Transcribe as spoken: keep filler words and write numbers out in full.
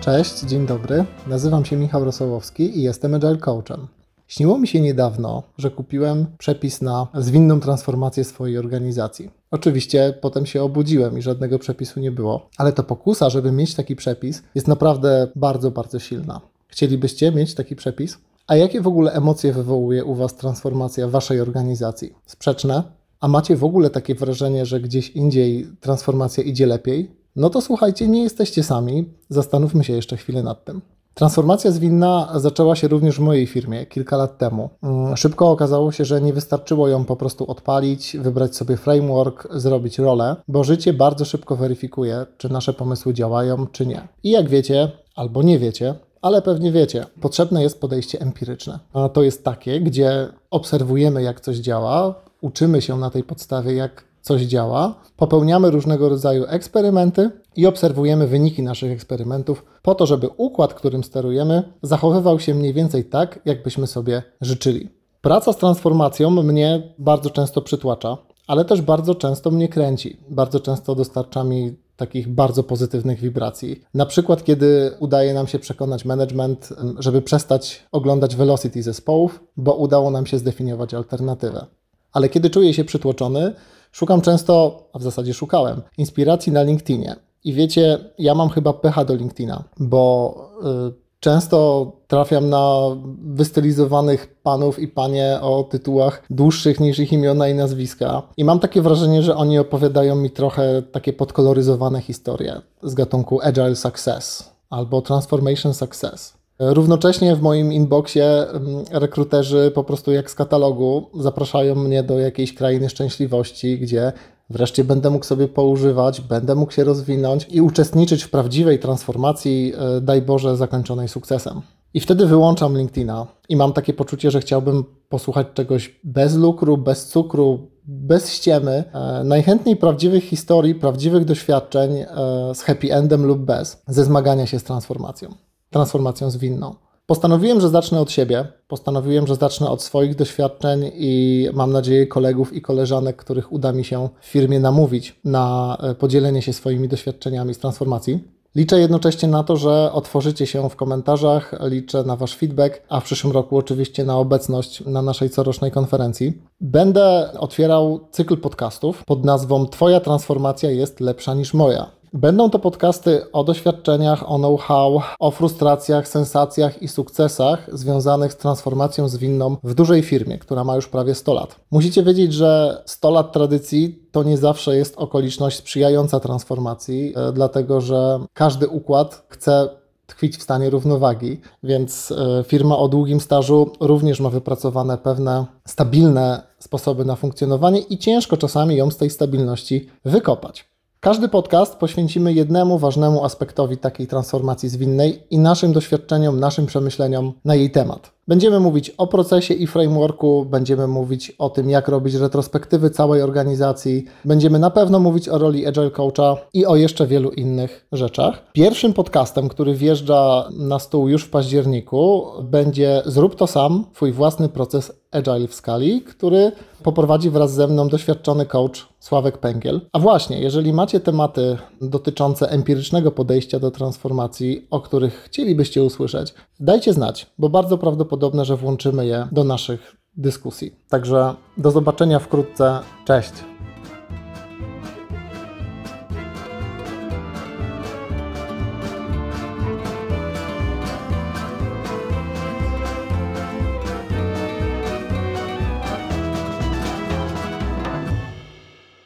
Cześć, dzień dobry. Nazywam się Michał Rosołowski i jestem Agile Coachem. Śniło mi się niedawno, że kupiłem przepis na zwinną transformację swojej organizacji. Oczywiście potem się obudziłem i żadnego przepisu nie było, ale to pokusa, żeby mieć taki przepis, jest naprawdę bardzo, bardzo silna. Chcielibyście mieć taki przepis? A jakie w ogóle emocje wywołuje u Was transformacja Waszej organizacji? Sprzeczne? A macie w ogóle takie wrażenie, że gdzieś indziej transformacja idzie lepiej? No to słuchajcie, nie jesteście sami. Zastanówmy się jeszcze chwilę nad tym. Transformacja zwinna zaczęła się również w mojej firmie kilka lat temu. Szybko okazało się, że nie wystarczyło ją po prostu odpalić, wybrać sobie framework, zrobić rolę, bo życie bardzo szybko weryfikuje, czy nasze pomysły działają, czy nie. I jak wiecie, albo nie wiecie, ale pewnie wiecie, potrzebne jest podejście empiryczne. A to jest takie, gdzie obserwujemy, jak coś działa, uczymy się na tej podstawie, jak coś działa, popełniamy różnego rodzaju eksperymenty i obserwujemy wyniki naszych eksperymentów po to, żeby układ, którym sterujemy, zachowywał się mniej więcej tak, jakbyśmy sobie życzyli. Praca z transformacją mnie bardzo często przytłacza, ale też bardzo często mnie kręci. Bardzo często dostarcza mi takich bardzo pozytywnych wibracji. Na przykład, kiedy udaje nam się przekonać management, żeby przestać oglądać velocity zespołów, bo udało nam się zdefiniować alternatywę. Ale kiedy czuję się przytłoczony, szukam często, a w zasadzie szukałem, inspiracji na LinkedInie. I wiecie, ja mam chyba pecha do LinkedIna, bo y, często trafiam na wystylizowanych panów i panie o tytułach dłuższych niż ich imiona i nazwiska. I mam takie wrażenie, że oni opowiadają mi trochę takie podkoloryzowane historie z gatunku Agile Success albo Transformation Success. Równocześnie w moim inboxie rekruterzy po prostu jak z katalogu zapraszają mnie do jakiejś krainy szczęśliwości, gdzie wreszcie będę mógł sobie poużywać, będę mógł się rozwinąć i uczestniczyć w prawdziwej transformacji, daj Boże, zakończonej sukcesem. I wtedy wyłączam LinkedIna i mam takie poczucie, że chciałbym posłuchać czegoś bez lukru, bez cukru, bez ściemy, e, najchętniej prawdziwych historii, prawdziwych doświadczeń e, z happy endem lub bez, ze zmagania się z transformacją. transformacją zwinną. Postanowiłem, że zacznę od siebie, postanowiłem, że zacznę od swoich doświadczeń i mam nadzieję kolegów i koleżanek, których uda mi się w firmie namówić na podzielenie się swoimi doświadczeniami z transformacji. Liczę jednocześnie na to, że otworzycie się w komentarzach, liczę na Wasz feedback, a w przyszłym roku oczywiście na obecność na naszej corocznej konferencji. Będę otwierał cykl podcastów pod nazwą Twoja transformacja jest lepsza niż moja. Będą to podcasty o doświadczeniach, o know-how, o frustracjach, sensacjach i sukcesach związanych z transformacją zwinną w dużej firmie, która ma już prawie sto lat. Musicie wiedzieć, że sto lat tradycji to nie zawsze jest okoliczność sprzyjająca transformacji, dlatego że każdy układ chce tkwić w stanie równowagi, więc firma o długim stażu również ma wypracowane pewne stabilne sposoby na funkcjonowanie i ciężko czasami ją z tej stabilności wykopać. Każdy podcast poświęcimy jednemu ważnemu aspektowi takiej transformacji zwinnej i naszym doświadczeniom, naszym przemyśleniom na jej temat. Będziemy mówić o procesie i frameworku, będziemy mówić o tym, jak robić retrospektywy całej organizacji, będziemy na pewno mówić o roli Agile Coacha i o jeszcze wielu innych rzeczach. Pierwszym podcastem, który wjeżdża na stół już w październiku, będzie Zrób to sam, Twój własny proces Agile w skali, który poprowadzi wraz ze mną doświadczony coach Sławek Pęgiel. A właśnie, jeżeli macie tematy dotyczące empirycznego podejścia do transformacji, o których chcielibyście usłyszeć, dajcie znać, bo bardzo prawdopodobne, że włączymy je do naszych dyskusji. Także do zobaczenia wkrótce. Cześć!